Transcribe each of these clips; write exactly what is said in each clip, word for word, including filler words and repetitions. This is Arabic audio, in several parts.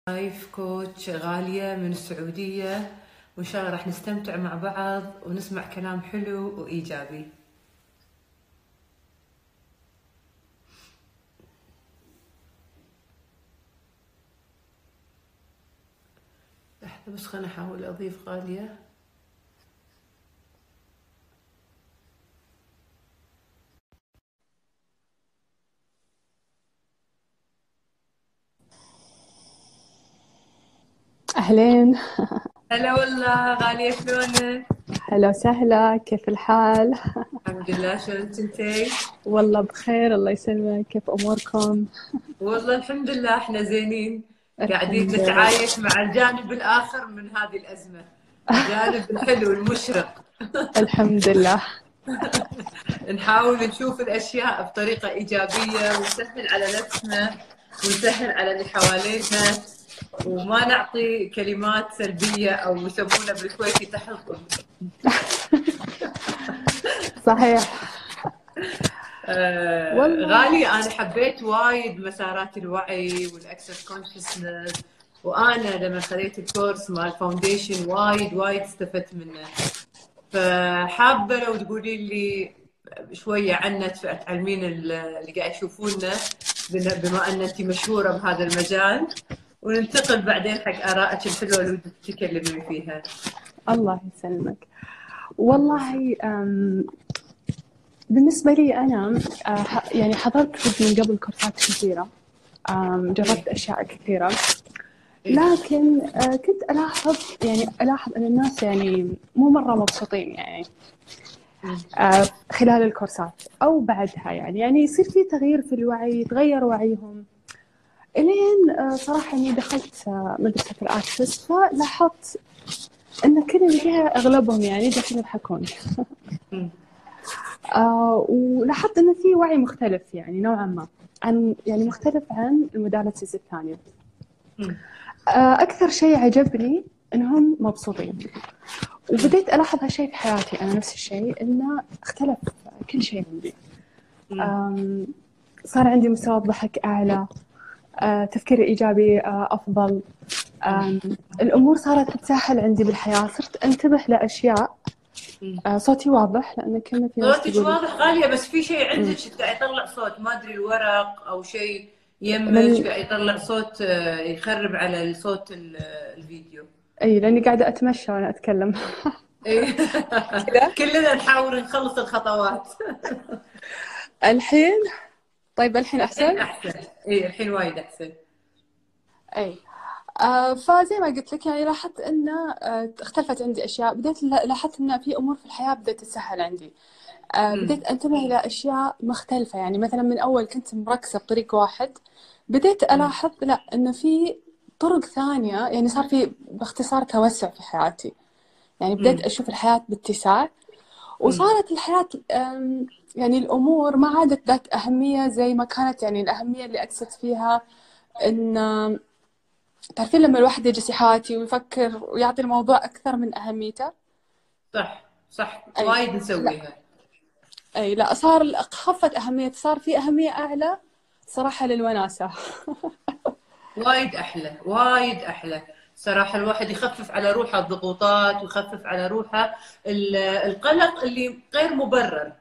لايف كوتش غالية من السعودية، وإن شاء الله راح نستمتع مع بعض ونسمع كلام حلو وإيجابي. لحظة بس خلنا أحاول أضيف غالية. أهلين. هلا والله غالية، شلونك؟ هلا وسهلا، كيف الحال؟ الحمد لله، شلونك انتي؟ والله بخير الله يسلمك، كيف أموركم؟ والله الحمد لله احنا زينين، قاعدين الحمد لله. نتعايش مع الجانب الآخر من هذه الأزمة، الجانب الحلو المشرق. الحمد لله. نحاول نشوف الأشياء بطريقة إيجابية ونسهل على نفسنا ونسهل على اللي حوالينا، وما نعطي كلمات سلبية أو يسمونها بالكويتي تحطم. صحيح. آه والله غالي، أنا حبيت وايد مسارات الوعي والأكسس كونشسنس، وأنا لما خذيت الكورس مال فاونديشن وايد وايد استفدت منه، فحابة لو تقولي لي شوية عنه تعلمين اللي قاعد يشوفونا بما أن أنت مشهورة بهذا المجال، وننتقل بعدين حق آرائك الحلوة اللي تتكلمين فيها. الله يسلمك. والله أم، بالنسبة لي أنا أه، ح- يعني حضرت من قبل كورسات كثيرة، أم، جربت أشياء كثيرة، لكن أه، كنت ألاحظ يعني ألاحظ أن الناس يعني مو مرة مبسوطين يعني آه، خلال الكورسات أو بعدها، يعني يعني يصير في تغيير في الوعي، يتغير وعيهم. إلين آه، صراحة إني دخلت آه، مدرسة الآكسس، فلاحظت إن كل اللي فيها أغلبهم يعني جالسين يضحكون. آه، ولاحظت إن في وعي مختلف يعني نوعا ما، عن يعني مختلف عن الموداليتيز الثانية. آه، أكثر شيء عجبني إنهم مبسوطين، وبديت ألاحظ هالشيء في حياتي أنا نفس الشيء، إنه اختلف كل شيء عندي. آم، صار عندي مستوى ضحك أعلى، آه، تفكير إيجابي آه، أفضل، آم، الأمور صارت تتسهل عندي بالحياة، صرت أنتبه لأشياء. آه، صوتي واضح لأن كنا في ناس صوتك تقول واضح غالية، بس في شيء عندك قاعد يطلع صوت، ما أدري الورق أو شيء يمك من قاعد يطلع صوت، آه، يخرب على الصوت ال- الفيديو. أي لأني قاعدة أتمشى وأنا أتكلم. إيه. كذا كلنا نحاول نخلص الخطوات. الحين. طيب الحين الحين أحسن. أحسن، إيه الحين وايد أحسن. أي آه، فزي ما قلت لك يعني لاحظت أن آه، اختلفت عندي أشياء، بديت لا- لاحظت أن في أمور في الحياة بدأت تتسهل عندي. آه، بديت أنتبه إلى أشياء مختلفة، يعني مثلا من أول كنت مركزة بطريق واحد، بديت ألاحظ لا إنه في طرق ثانية، يعني صار في باختصار توسع في حياتي، يعني بديت أشوف الحياة باتساع، وصارت الحياة آم، يعني الأمور ما عادت ذات أهمية زي ما كانت، يعني الأهمية اللي أقصد فيها إن آم، تعرفين لما الواحد يجلس يحاتي ويفكر ويعطي الموضوع أكثر من أهميته. صح صح، أي وايد لا، نسويها. أي لا، صار خفت أهمية، صار في أهمية أعلى صراحة للوناسة. وايد أحلى، وايد أحلى صراحة، الواحد يخفف على روحه الضغوطات ويخفف على روحه ال- القلق اللي غير مبرر.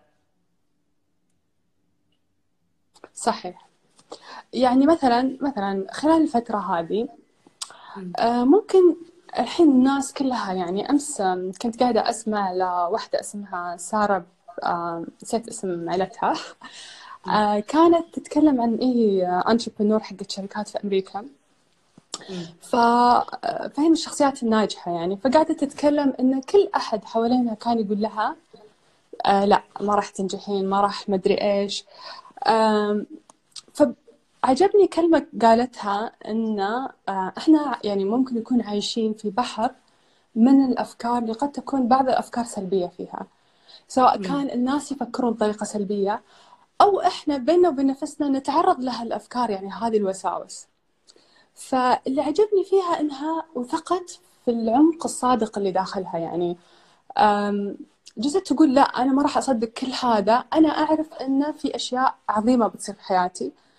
صحيح. يعني مثلا مثلا خلال الفترة هذه آه، ممكن الحين الناس كلها، يعني أمس آم، كنت قاعدة أسمع لواحدة اسمها سارة، آم، نسيت اسم عيلتها. آه، كانت تتكلم عن إيه أنتربرنور حقت شركات في أمريكا، ف آه، فهم الشخصيات الناجحة يعني، فقاعدة تتكلم إن كل أحد حوالينها كان يقول لها آه لا ما راح تنجحين، ما راح مدري إيش. آم، فعجبني كلمة قالتها إن آه، إحنا يعني ممكن نكون عايشين في بحر من الأفكار اللي قد تكون بعض الأفكار سلبية فيها، سواء كان الناس يفكرون بطريقة سلبية أو إحنا بيننا وبين نفسنا نتعرض لها الأفكار، يعني هذه الوساوس. فاللي عجبني فيها إنها وثقت في العمق الصادق اللي داخلها، يعني أم، جزء تقول لا أنا ما راح أصدق كل هذا، أنا أعرف إن في أشياء عظيمة بتصير في حياتي.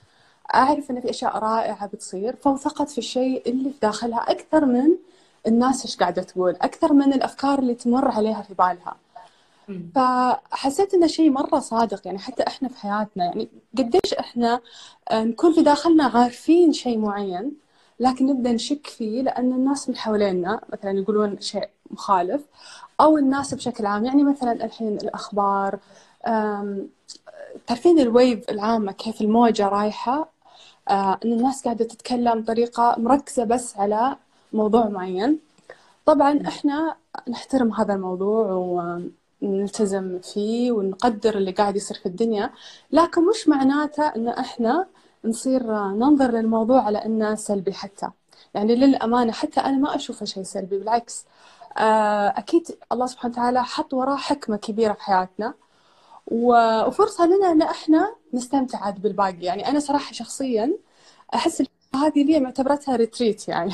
أعرف إن في أشياء رائعة بتصير، فوثقت في الشيء اللي في داخلها أكثر من الناس إيش قاعدة تقول، أكثر من الأفكار اللي تمر عليها في بالها. مم. فحسيت إنه شيء مرة صادق. يعني حتى إحنا في حياتنا، يعني قديش إحنا آه، نكون في داخلنا عارفين شيء معين، لكن نبدأ نشك فيه لأن الناس من حوالينا مثلا يقولون شيء مخالف، أو الناس بشكل عام. يعني مثلا الحين الأخبار، آم، تعرفين الويف العامة كيف الموجة رايحة، آه، إن الناس قاعدة تتكلم بطريقة مركزة بس على موضوع معين. طبعا إحنا نحترم هذا الموضوع ونلتزم فيه ونقدر اللي قاعد يصير في الدنيا، لكن مش معناته إن إحنا نصير ننظر للموضوع على إنه سلبي حتى. يعني للأمانة حتى أنا ما أشوفه شيء سلبي، بالعكس. آه، أكيد الله سبحانه وتعالى حط وراه حكمة كبيرة في حياتنا، و- وفرصة لنا إن إحنا نستمتع عاد بالباقي. يعني أنا صراحة شخصيا أحس هذه لي معتبرتها ريتريت يعني.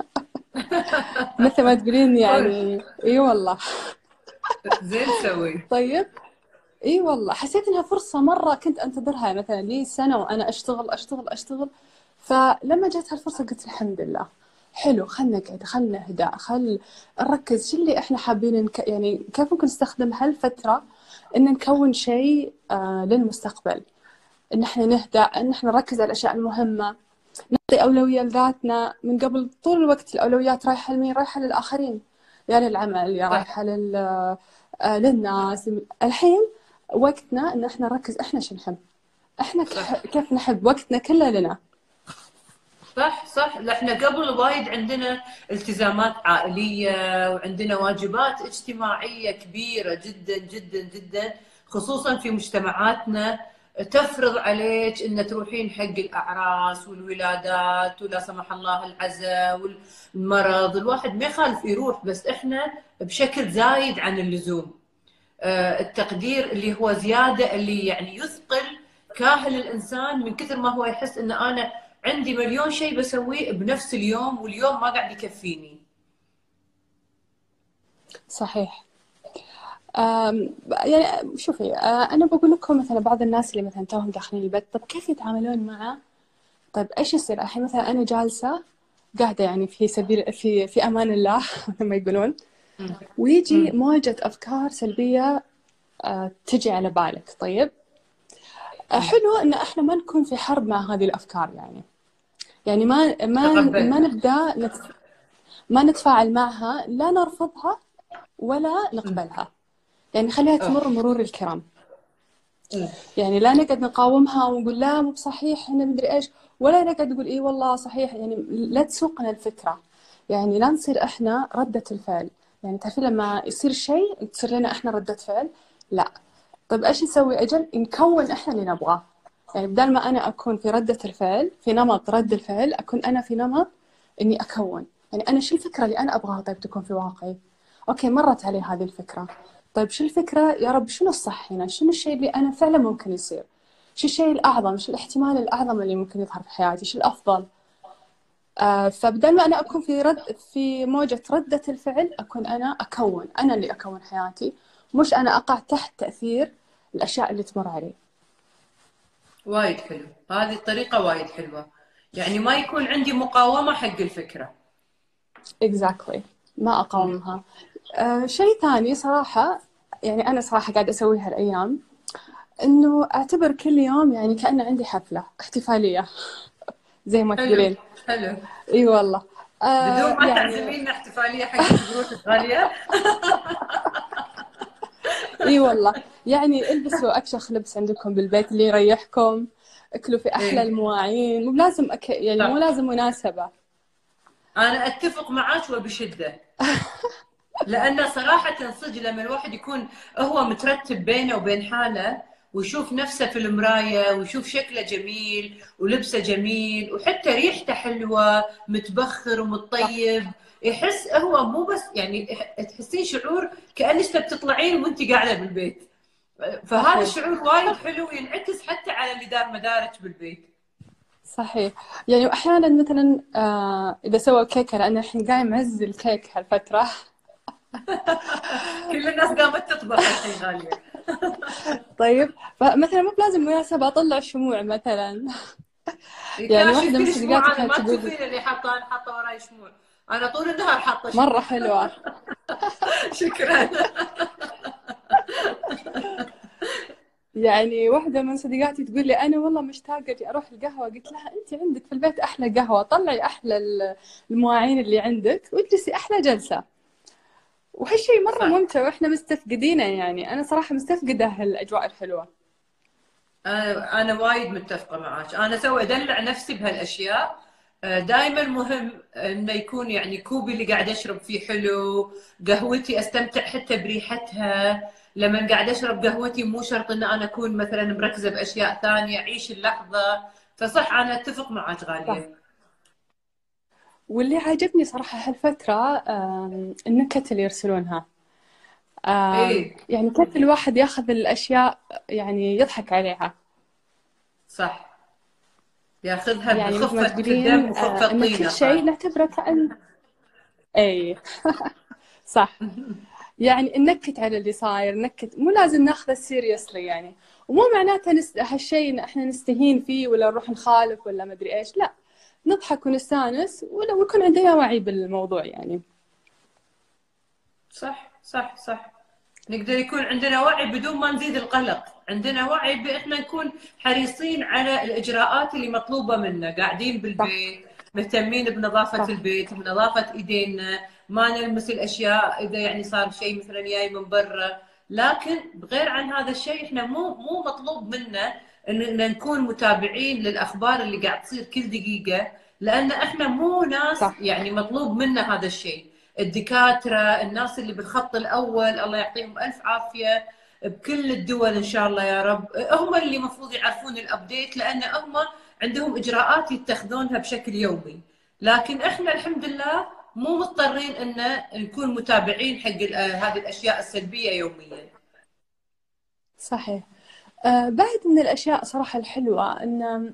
مثل ما تقولين يعني. اي والله. زين تسوي. طيب. اي والله حسيت انها فرصة مرة كنت انتظرها، مثلا لي سنة وانا اشتغل اشتغل اشتغل. فلما جت هالفرصة قلت الحمد لله، حلو، خلنا نقعد، خلنا نهدأ، خل نركز شو اللي احنا حابين نك... يعني كيف ممكن نستخدم هالفترة ان نكون شيء آه للمستقبل، ان احنا نهدأ، ان احنا نركز على الاشياء المهمة، نعطي أولوية لذاتنا. من قبل طول الوقت الأولويات رايحة لمين؟ رايحة للآخرين، يا للعمل، يا صح. رايحة لل... آه، للناس. الحين وقتنا إن إحنا نركز إحنا شو نحب، إحنا صح. كيف كيف نحب، وقتنا كله لنا. صح. صح. لا، احنا قبل وايد عندنا التزامات عائلية وعندنا واجبات اجتماعية كبيرة جدا جدا جدا، خصوصا في مجتمعاتنا تفرض عليك ان تروحين حق الاعراس والولادات ولا سمح الله العزاء والمرض. الواحد ما يخالف يروح، بس احنا بشكل زايد عن اللزوم. آه، التقدير اللي هو زيادة، اللي يعني يثقل كاهل الإنسان من كثر ما هو يحس إن أنا عندي مليون شيء بسويه بنفس اليوم، واليوم ما قاعد يكفيني. صحيح. آم، يعني شوفي، آه، أنا بقول لكم مثلا بعض الناس اللي مثلا توهم داخلين البيت، طب كيف يتعاملون مع، طيب إيش يصير الحين مثلا أنا جالسة قاعدة يعني في سبيل في في أمان الله لما يقولون، مم. ويجي مم. موجة أفكار سلبية آه، تجي على بالك. طيب، آه، مم. حلو ان احنا ما نكون في حرب مع هذه الافكار. يعني يعني ما ما ما تقبلها. نبدا نت ما نتفاعل معها، لا نرفضها ولا مم. نقبلها. يعني خليها تمر أوكي. مرور الكرام. مم. يعني لا نقعد نقاومها ونقول لا مو بصحيح احنا مدري ايش، ولا نقعد نقول اي والله صحيح. يعني لا تسوقنا الفكره، يعني لا نصير احنا رده الفعل. يعني تعرفين لما يصير شيء تصير لنا احنا رده فعل، لا. طيب ايش نسوي؟ اجل نكون احنا اللي نبغاه. يعني بدل ما انا اكون في ردة الفعل، في نمط رد الفعل، اكون انا في نمط اني اكون. يعني انا شو الفكرة اللي انا ابغاها طيب تكون في واقعي؟ اوكي، مرت علي هذه الفكرة، طيب شو الفكرة يا رب؟ شنو الصح هنا؟ شنو الشيء اللي انا فعلا ممكن يصير؟ شو الشيء الاعظم؟ شو الاحتمال الاعظم اللي ممكن يظهر في حياتي؟ شو الافضل؟ آه فبدل ما انا اكون في رد في موجة ردة الفعل، اكون انا اكون، انا اللي اكون حياتي، مش انا اقع تحت تأثير الاشياء اللي تمر علي. وايد حلو، هذه الطريقة وايد حلوة. يعني ما يكون عندي مقاومة حق الفكرة. exactly. ما مم. أقاومها. آه شيء ثاني صراحة، يعني أنا صراحة قاعدة أسويها الأيام، إنه أعتبر كل يوم يعني كأنه عندي حفلة احتفالية زي ما حلو. تقولين. حلو. إي والله. بدون آه ما يعني تعزمينا احتفالية حقت قروشك غالية. إي والله. يعني البسوا أكشخ لبس عندكم بالبيت اللي يريحكم، أكلوا في أحلى ايه. المواعين، مو لازم أك... يعني مو صح. لازم مناسبة. انا اتفق معاك وبشده، لان صراحه صدق لما الواحد يكون هو مترتب بينه وبين حاله، ويشوف نفسه في المرايه ويشوف شكله جميل ولبسه جميل وحتى ريحته حلوه متبخر صح. ومتطيب، يحس هو مو بس يعني تحسين شعور كانك تطلعين وانت قاعده بالبيت. فهذا صحيح. الشعور وايد حلو، ينعكس حتى على اللي دار مدارج بالبيت. صحيح. يعني أحيانا مثلا آه إذا سووا كيكة، لأن الحين قايم عز الكيك هالفترة. كل الناس قامت تطبخ الحين غاليه. طيب، فمثلا مو بلازم مناسبة أطلع شموع مثلا. يعني كاشف واحدة من كل صديقاتي شموع، انا كانت ما تقول لي تشوفين اللي حاطه، انا حاطه وراي شموع، انا طول النهار حاطه مرة شموع. حلوة. شكرا. يعني واحدة من صديقاتي تقول لي أنا والله مشتاقة أجي أروح القهوة. قلت لها أنت عندك في البيت أحلى قهوة، طلعي أحلى ال- المواعين اللي عندك واجلسي أحلى جلسة. وهالشيء مرة صح. ممتع وإحنا مستفقدينه. يعني أنا صراحة مستفقدة هالأجواء الحلوة. انا انا وايد متفقه معك، انا اسوي ادلع نفسي بهالاشياء. دائما مهم انه يكون يعني كوبي اللي قاعد اشرب فيه حلو، قهوتي استمتع حتى بريحتها. لما قاعد اشرب قهوتي مو شرط ان انا اكون مثلا مركزه باشياء ثانيه، اعيش اللحظه. فصح انا اتفق معك صح. غاليه. واللي عاجبني صراحة هالفترة آم، النكت اللي يرسلونها. آم، ايه يعني كيف الواحد ياخذ الأشياء يعني يضحك عليها. صح، ياخذها يعني مثل ما بخفه الدم تقولين وخفه آه، إن كل الطينه شيء قال. نعتبره كأن أي صح. يعني ننكت على اللي صاير، نكت، مو لازم ناخذه سيريسلي يعني. ومو معناته نس... هالشيء ان احنا نستهين فيه ولا نروح نخالف ولا مدري ايش، لا، نضحك ونستانس ولو يكون عندنا وعي بالموضوع يعني. صح صح صح. نقدر يكون عندنا وعي بدون ما نزيد القلق، عندنا وعي بإحنا نكون حريصين على الإجراءات اللي مطلوبة منا، قاعدين صح. بالبيت مهتمين بنظافة صح. البيت، بنظافة إيدينا، ما نلمس الأشياء إذا يعني صار شيء مثلا جاي من برا. لكن بغير عن هذا الشيء إحنا مو مو مطلوب منا إن نكون متابعين للأخبار اللي قاعد تصير كل دقيقة، لأن إحنا مو ناس صح. يعني مطلوب منا هذا الشيء. الدكاترة، الناس اللي بالخط الأول الله يعطيهم ألف عافية بكل الدول إن شاء الله يا رب، هم اللي المفروض يعرفون الأبديت، لأن هم عندهم إجراءات يتخذونها بشكل يومي. لكن إحنا الحمد لله مو مضطرين أن نكون متابعين حق هذه الأشياء السلبية يوميا. صحيح. آه بعد من الاشياء صراحة الحلوة ان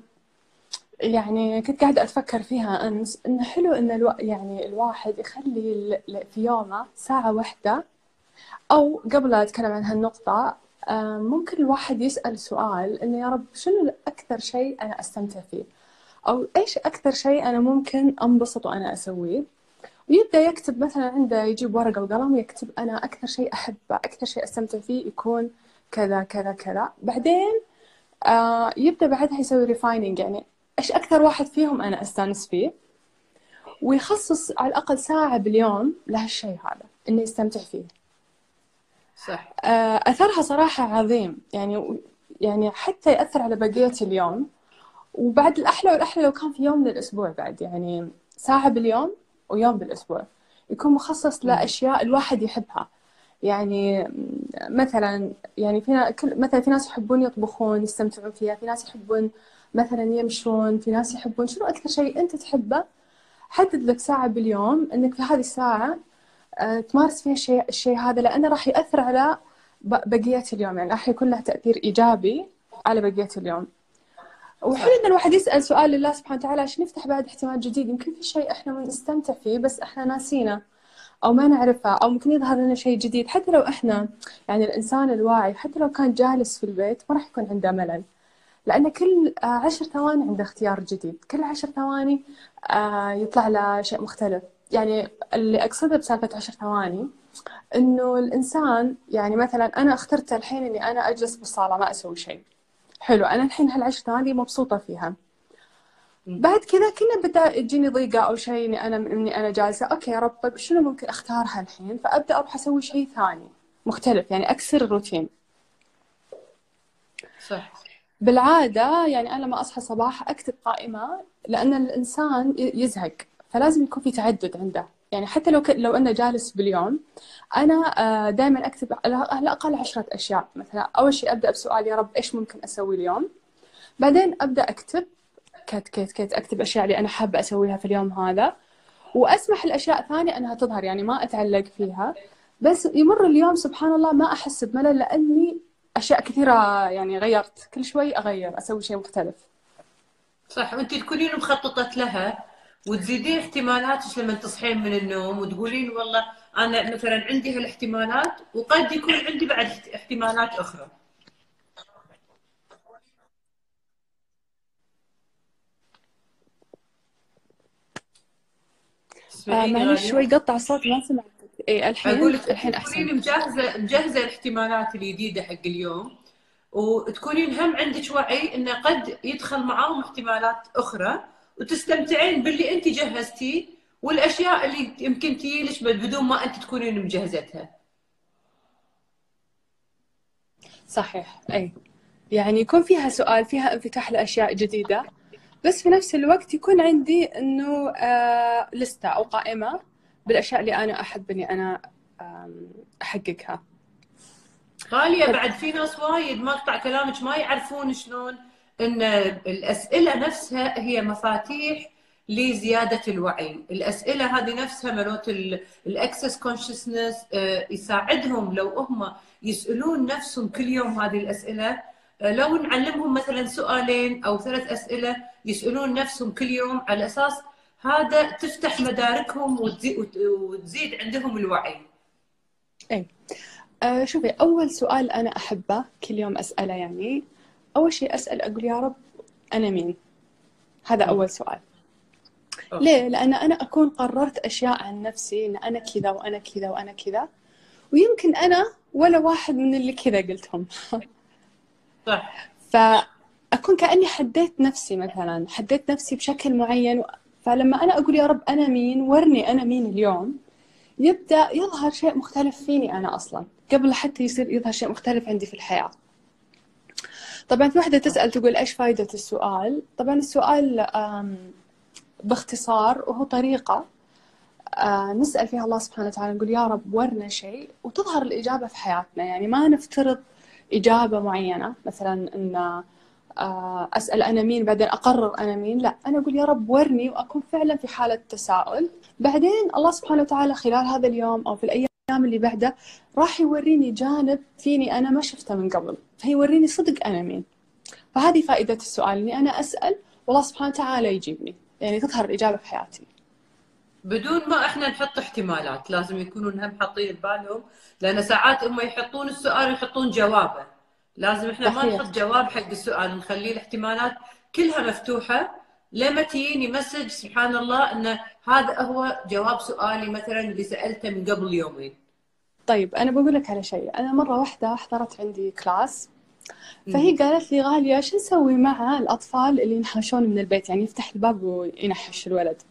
يعني كنت قاعدة أتفكر فيها أمس، إنه حلو إن الو... يعني الواحد يخلي ال- ل- في يومه ساعة واحدة. أو قبل لا أتكلم عن هالنقطة، آه، ممكن الواحد يسأل سؤال إنه يا رب شنو أكثر شيء أنا أستمتع فيه، أو إيش أكثر شيء أنا ممكن أنبسط وأنا أسويه. ويبدأ يكتب مثلا، عنده يجيب ورقة وقلم ويكتب أنا أكثر شيء أحبه أكثر شيء أستمتع فيه يكون كذا كذا كذا. بعدين آه يبدأ بعدها يسوي ريفايننج، يعني إيش أكثر واحد فيهم أنا أستانس فيه، ويخصص على الأقل ساعة باليوم لهالشيء هذا إنه يستمتع فيه. صح آه، أثرها صراحة عظيم يعني. يعني حتى يأثر على بقية اليوم. وبعد الأحلى والأحلى لو كان في يوم من الأسبوع بعد، يعني ساعة باليوم ويوم بالأسبوع يكون مخصص لأشياء الواحد يحبها. يعني مثلا يعني في كل مثلا في ناس يحبون يطبخون يستمتعون فيها، في ناس يحبون مثلا يمشون، في ناس يحبون شنو أكثر شيء أنت تحبه. حدد لك ساعة باليوم إنك في هذه الساعة آه، تمارس فيها الشيء الشيء هذا، لأنه راح يأثر على ب- بقية اليوم، يعني راح يكون له تأثير إيجابي على بقية اليوم. وحلو صح إن الواحد يسأل سؤال لله سبحانه وتعالى عشان يفتح بعد احتمال جديد. يمكن في شيء إحنا نستمتع فيه بس إحنا ناسينه أو ما نعرفه، أو ممكن يظهر لنا شيء جديد. حتى لو إحنا يعني الإنسان الواعي حتى لو كان جالس في البيت ما راح يكون عنده ملل، لأن كل آه، عشر ثواني عنده اختيار جديد، كل عشر ثواني آه، يطلع له شيء مختلف. يعني اللي أقصده بسالفة عشر ثواني إنه الإنسان يعني مثلا أنا اخترت الحين إني أنا أجلس بالصالة ما أسوي شيء. حلو، أنا الحين هالعشر ثواني مبسوطة فيها. بعد كذا كنا بدأ تجيني ضيقة أو شيء إني أنا إني أنا جالسة أوكي يا رب طيب شنو ممكن أختارها الحين، فأبدأ أروح أسوي شيء ثاني مختلف، يعني أكسر الروتين. صح بالعادة يعني أنا لما أصحى الصباح أكتب قائمة، لأن الإنسان ي- يزهق، فلازم يكون في تعدد عنده. يعني حتى لو ك... لو أنا جالس باليوم أنا دائما أكتب على على الأقل عشرة أشياء. مثلا أول شيء أبدأ بسؤال يا رب إيش ممكن أسوي اليوم، بعدين أبدأ أكتب كت كت كت أكتب أشياء اللي أنا حابة أسويها في اليوم هذا، وأسمح الأشياء الثانية أنها تظهر، يعني ما أتعلق فيها. بس يمر اليوم سبحان الله ما أحس بملل، لأني أشياء كثيرة يعني غيرت، كل شوي أغير أسوي شيء مختلف. صح. وانت تكونين مخططة لها وتزيدين احتمالاتك لما تصحين من النوم وتقولين والله انا مثلا عندي هالاحتمالات وقد يكون عندي بعد احتمالات اخرى. آه تسمعيني معلش شوي غالية؟ قطع الصوت ما سمعتك. اي اقول الحين لك انت الحين احسن. تكونين مجهزه مجهزه الاحتمالات الجديده حق اليوم، وتكونين هم عندك وعي انه قد يدخل معاهم احتمالات اخرى، وتستمتعين باللي انت جهزتيه والاشياء اللي يمكن تجيلك بدون ما انت تكونين مجهزتها. صحيح، اي يعني يكون فيها سؤال، فيها انفتاح لاشياء جديده، بس في نفس الوقت يكون عندي انه آه لستة او قائمه بالاشياء اللي انا احب اني انا آم، احققها. غالية، طيب. بعد في ناس وايد ما اقطع كلامك ما يعرفون شلون ان الاسئله نفسها هي مفاتيح لزياده الوعي. الاسئله هذه نفسها مالوت الاكسس كونشسنس يساعدهم لو هم يسالون نفسهم كل يوم هذه الاسئله. آه، لو نعلمهم مثلا سؤالين او ثلاث اسئله يسالون نفسهم كل يوم، على اساس هذا تفتح مداركهم وتزيد, وتزيد عندهم الوعي. اي آه شوفي، اول سؤال انا احبه كل يوم اساله، يعني اول شيء اسال اقول يا رب انا مين؟ هذا مم. اول سؤال. اوكي. ليه؟ لان انا اكون قررت اشياء عن نفسي ان انا كذا وانا كذا وانا كذا، ويمكن انا ولا واحد من اللي كذا قلتهم. صح. فأكون كأني حديت نفسي، مثلا حديت نفسي بشكل معين. فلما أنا أقول يا رب أنا مين، ورني أنا مين اليوم، يبدأ يظهر شيء مختلف فيني أنا أصلا قبل حتى يصير يظهر شيء مختلف عندي في الحياة. طبعا في واحدة تسأل تقول إيش فايدة السؤال؟ طبعا السؤال آم، باختصار وهو طريقة آه، نسأل فيها الله سبحانه وتعالى، نقول يا رب ورنا شيء وتظهر الإجابة في حياتنا. يعني ما نفترض إجابة معينة، مثلا أن آه، أسأل أنا مين بعدين أقرر أنا مين، لا، أنا أقول يا رب ورني وأكون فعلا في حالة تساؤل. بعدين الله سبحانه وتعالى خلال هذا اليوم أو في الأيام اللي بعده راح يوريني جانب فيني أنا ما شفته من قبل، فيوريني صدق أنا مين. فهذه فائدة السؤال، إني أنا أسأل والله سبحانه وتعالى يجيبني، يعني تظهر الإجابة في حياتي. بدون ما احنا نحط احتمالات، لازم يكونون هم حاطين ببالهم، لان ساعات هم يحطون السؤال ويحطون جوابه. لازم احنا ما صحيح. نحط جواب حق السؤال، نخلي الاحتمالات كلها مفتوحه، لما تجيني مسج سبحان الله ان هذا هو جواب سؤالي مثلا اللي سالته من قبل يومين. طيب أنا بقول لك على شيء. أنا مرة واحدة حضرت عندي كلاس، امم. فهي قالت لي غالية شو نسوي مع الأطفال اللي ينحشون من البيت، يعني يفتح الباب وينحش الولد.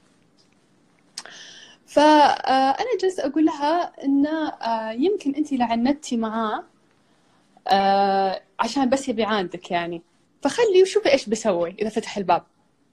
فأنا جلست أقول لها إن آه، يمكن أنت لعنتي معاه آه، عشان بس يبي يعاندك يعني، فخلي وشوفي إيش بسوي إذا فتح الباب.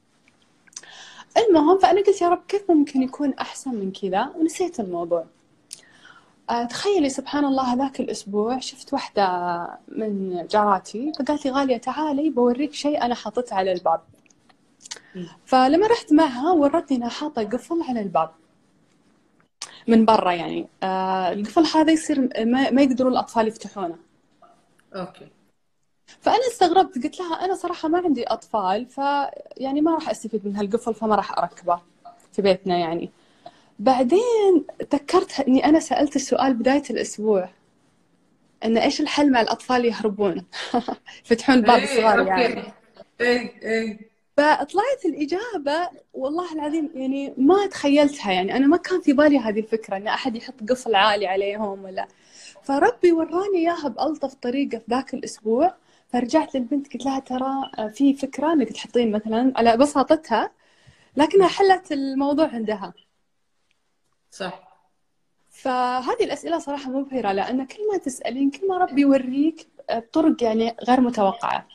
المهم فأنا قلت يا رب كيف ممكن يكون أحسن من كذا، ونسيت الموضوع. آه، تخيلي سبحان الله هذاك الأسبوع شفت واحدة من جاراتي فقالت لي غالية تعالي بوريك شيء أنا حاطته على الباب. فلما رحت معها ورتني إنها حاطة قفل على الباب من برا، يعني آه القفل هذا يصير ما, ما يقدرون الأطفال يفتحونه. اوكي. فأنا استغربت، قلت لها أنا صراحة ما عندي أطفال، ف يعني ما راح أستفيد من هالقفل، فما راح أركبه في بيتنا يعني. بعدين تذكرت إني أنا سألت السؤال بداية الأسبوع، إن إيش الحل مع الأطفال يهربون يفتحون الباب ايه الصغار يعني. اوكي. ايه ايه. فطلعت الإجابة والله العظيم يعني ما تخيلتها، يعني أنا ما كان في بالي هذه الفكرة إن أحد يحط قفل عالي عليهم ولا. فربي وراني إياها بألطف طريقة في ذاك الأسبوع. فرجعت للبنت قلت لها ترى في فكرة إنك تحطين مثلا على بساطتها، لكنها حلت الموضوع عندها. صح. فهذه الأسئلة صراحة مبهرة، لأن كل ما تسألين كل ما ربي يوريك بطرق يعني غير متوقعة.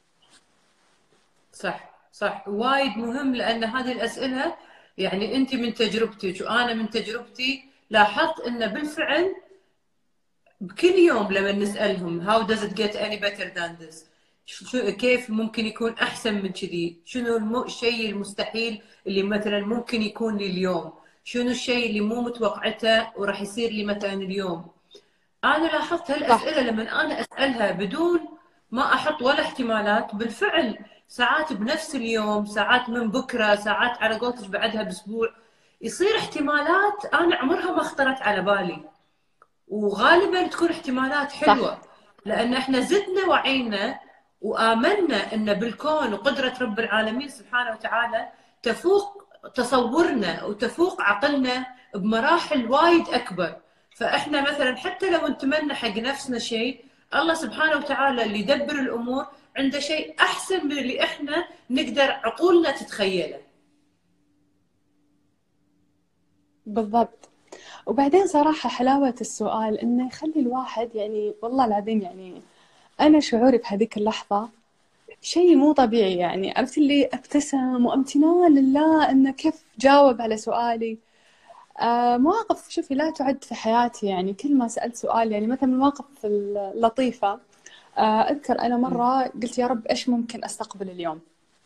صح صح، وايد مهم، لان هذه الاسئله يعني انت من تجربتك وانا من تجربتي لاحظت ان بالفعل بكل يوم لما نسالهم how does it get any better than this، شو كيف ممكن يكون احسن من كذي، شنو المو... الشيء المستحيل اللي مثلا ممكن يكون لي اليوم، شنو الشيء اللي مو متوقعته وراح يصير لي مثلا اليوم. انا لاحظت صح. هالاسئله لما انا اسالها بدون ما احط ولا احتمالات، بالفعل ساعات بنفس اليوم، ساعات من بكره، ساعات على قولتك بعدها باسبوع، يصير احتمالات انا عمرها ما خطرت على بالي، وغالبا تكون احتمالات صح. حلوه، لان احنا زدنا وعينا وامنا ان بالكون وقدره رب العالمين سبحانه وتعالى تفوق تصورنا وتفوق عقلنا بمراحل وايد اكبر. فاحنا مثلا حتى لو نتمنى حق نفسنا شيء، الله سبحانه وتعالى اللي يدبر الامور عنده شيء احسن من اللي احنا نقدر عقولنا تتخيله. بالضبط. وبعدين صراحة حلاوة السؤال إنه يخلي الواحد يعني والله العظيم يعني أنا شعوري بهذيك اللحظة شيء مو طبيعي. يعني عرفت اللي ابتسم وامتنان لله إنه كيف جاوب على سؤالي. آه مواقف شوفي لا تعد في حياتي، يعني كل ما سألت سؤال يعني مثلا المواقف اللطيفة. آه أذكر أنا مرة قلت يا رب إيش ممكن أستقبل اليوم،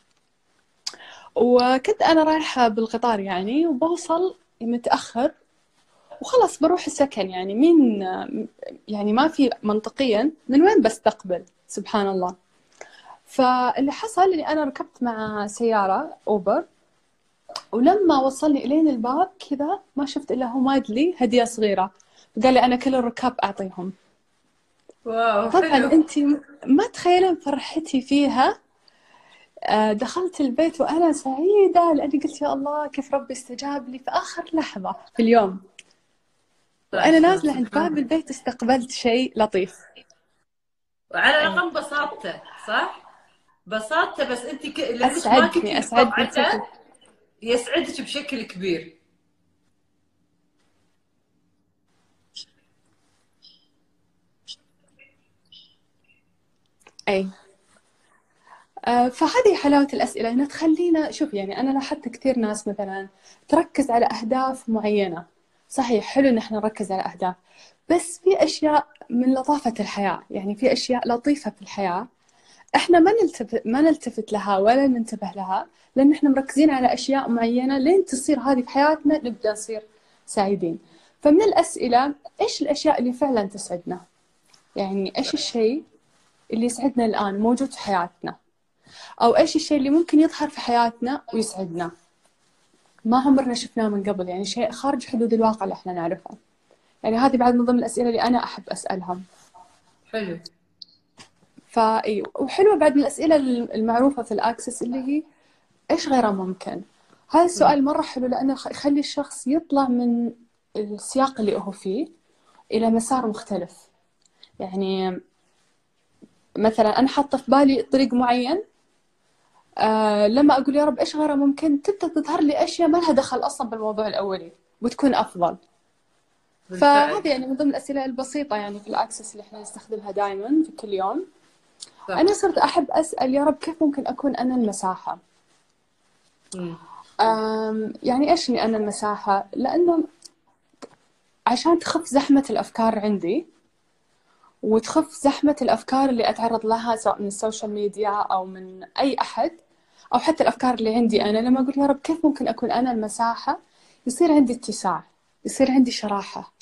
وكنت أنا رايحة بالقطار يعني وبوصل متأخر وخلاص بروح السكن. يعني مين يعني ما في منطقيا من وين بستقبل، سبحان الله. فاللي حصل اني انا ركبت مع سيارة اوبر، ولما وصلني الين الباب كذا ما شفت الا هو مادلي هدية صغيرة، قال لي انا كل الركاب اعطيهم. واو طبعا حلو. انت ما تخيلين فرحتي فيها. آه، دخلت البيت وانا سعيدة لاني قلت يا الله كيف ربي استجاب لي في اخر لحظة في اليوم، ما وانا شاء الله نازلة عند سبحان باب الله. البيت استقبلت شيء لطيف. وعلى ايه الاقل بساطته، صح؟ بساطته، بس انت ك... لانك ما اسعدني كنتي اسعدني متوقعته بشكل. يسعدك بشكل كبير. اي آه، فهذه حلاوة الأسئلة إنها تخلينا شوف. يعني أنا لاحظت كثير ناس مثلا تركز على أهداف معينة. صحيح حلو إن احنا نركز على أهداف، بس في أشياء من لطافة الحياة، يعني في أشياء لطيفة في الحياة احنا ما نلتفت ما نلتفت لها ولا ننتبه لها، لأن احنا مركزين على أشياء معينة لين تصير هذه في حياتنا نبدأ نصير سعيدين. فمن الأسئلة إيش الأشياء اللي فعلا تسعدنا؟ يعني إيش الشيء اللي يسعدنا الآن موجود في حياتنا، أو إيش الشيء اللي ممكن يظهر في حياتنا ويسعدنا ما عمرنا شفناه من قبل، يعني شيء خارج حدود الواقع اللي احنا نعرفه. يعني هذه بعد من ضمن الأسئلة اللي أنا أحب أسألها. حلو. فأي وحلوة بعد من الأسئلة المعروفة في الأكسس اللي هي إيش غيره ممكن. هذا مم. السؤال مرة حلو لأنه يخلي الشخص يطلع من السياق اللي هو فيه إلى مسار مختلف. يعني مثلا أنا حاطة في بالي طريق معين، آه لما أقول يا رب إيش غيره ممكن تبدأ تظهر لي أشياء ما لها دخل أصلا بالموضوع الأولي وتكون أفضل. بالفعل. فهذه يعني من ضمن الأسئلة البسيطة يعني في الأكسس اللي إحنا نستخدمها دائما في كل يوم. صح. أنا صرت أحب أسأل يا رب كيف ممكن أكون أنا المساحة. مم. أم يعني إيش إني أنا المساحة؟ لأنه عشان تخف زحمة الأفكار عندي وتخف زحمة الأفكار اللي أتعرض لها سواء من السوشيال ميديا أو من أي أحد، أو حتى الأفكار اللي عندي أنا، لما أقول يا رب كيف ممكن أكون أنا المساحة، يصير عندي اتساع، يصير عندي شراحة.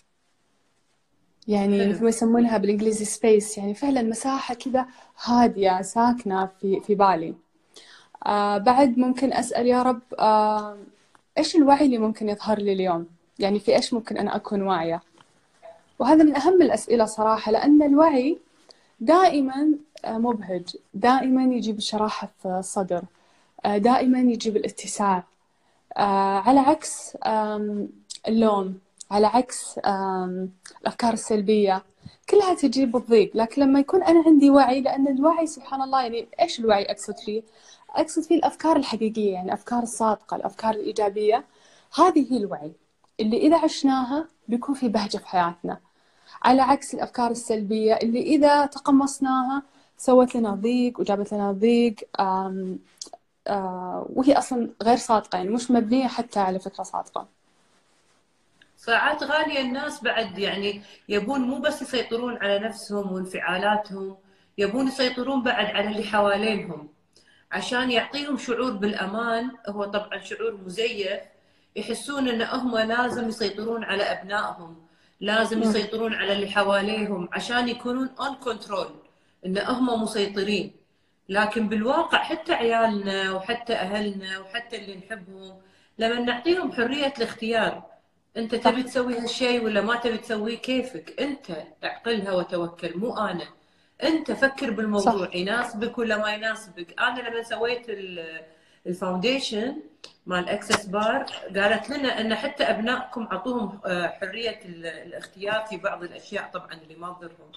يعني حلو. مثل ما يسمونها بالإنجليزي سبيس، يعني فعلا مساحة كذا هادية ساكنة في في بالي. آه بعد ممكن أسأل يا رب آه إيش الوعي اللي ممكن يظهر لي اليوم، يعني في إيش ممكن أنا أكون واعية. وهذا من أهم الأسئلة صراحة، لأن الوعي دائما آه، مبهج، دائما يجيب الشراحة في الصدر، آه، دائما يجيب الاتساع، آه، على عكس آم، اللوم، على عكس آم، الأفكار السلبية كلها تجيب الضيق. لكن لما يكون أنا عندي وعي، لأن الوعي سبحان الله يعني إيش الوعي أقصد فيه؟ أقصد فيه الأفكار الحقيقية، يعني الأفكار الصادقة، الأفكار الإيجابية. هذه هي الوعي اللي إذا عشناها بيكون في بهجة في حياتنا، على عكس الأفكار السلبية اللي إذا تقمصناها سوت لنا ضيق وجابت لنا ضيق. آم، آه، وهي أصلا غير صادقة، يعني مش مبنية حتى على فكرة صادقة. ساعات غالية الناس بعد يعني يبون مو بس يسيطرون على نفسهم وانفعالاتهم، يبون يسيطرون بعد على اللي حوالينهم عشان يعطيهم شعور بالأمان. هو طبعا شعور مزيف، يحسون ان هم لازم يسيطرون على أبنائهم، لازم مم. يسيطرون على اللي حواليهم عشان يكونون on control، ان هم مسيطرين. لكن بالواقع حتى عيالنا وحتى أهلنا وحتى اللي نحبهم لما نعطيهم حرية الاختيار، انت تبي صح تسوي هالشيء ولا ما تبي تسويه، كيفك انت، اعقلها وتوكل، مو انا. انت فكر صح بالموضوع يناسبك ولا ما يناسبك. انا لما سويت الفاونديشن مال اكسس بار قالت لنا ان حتى ابنائكم اعطوهم حريه الاختيار في بعض الاشياء طبعا اللي ما تضرهم.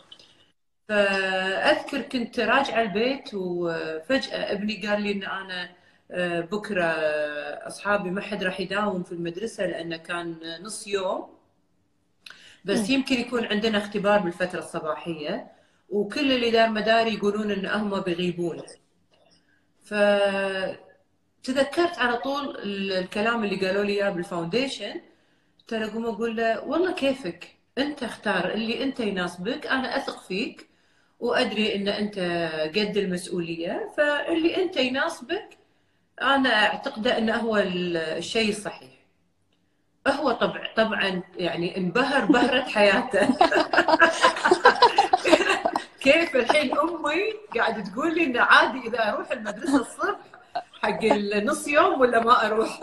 فاذكر كنت راجعه البيت وفجاه ابني قال لي ان انا بكره اصحابي ما حد راح يداوم في المدرسه لانه كان نص يوم، بس يمكن يكون عندنا اختبار بالفتره الصباحيه وكل اللي دار مداري يقولون ان هم بيغيبون. ف تذكرت على طول الكلام اللي قالوا لي اياه بالفاونديشن. ترى قوم اقول له والله كيفك انت اختار اللي انت يناسبك، انا اثق فيك وادري ان انت قد المسؤوليه، فاللي انت يناسبك انا اعتقده انه هو الشيء الصحيح. هو طبعا طبعا يعني انبهر بهرة حياته. كيف الحين امي قاعده تقول لي انه عادي اذا اروح المدرسه الصبح حق النص يوم ولا ما اروح.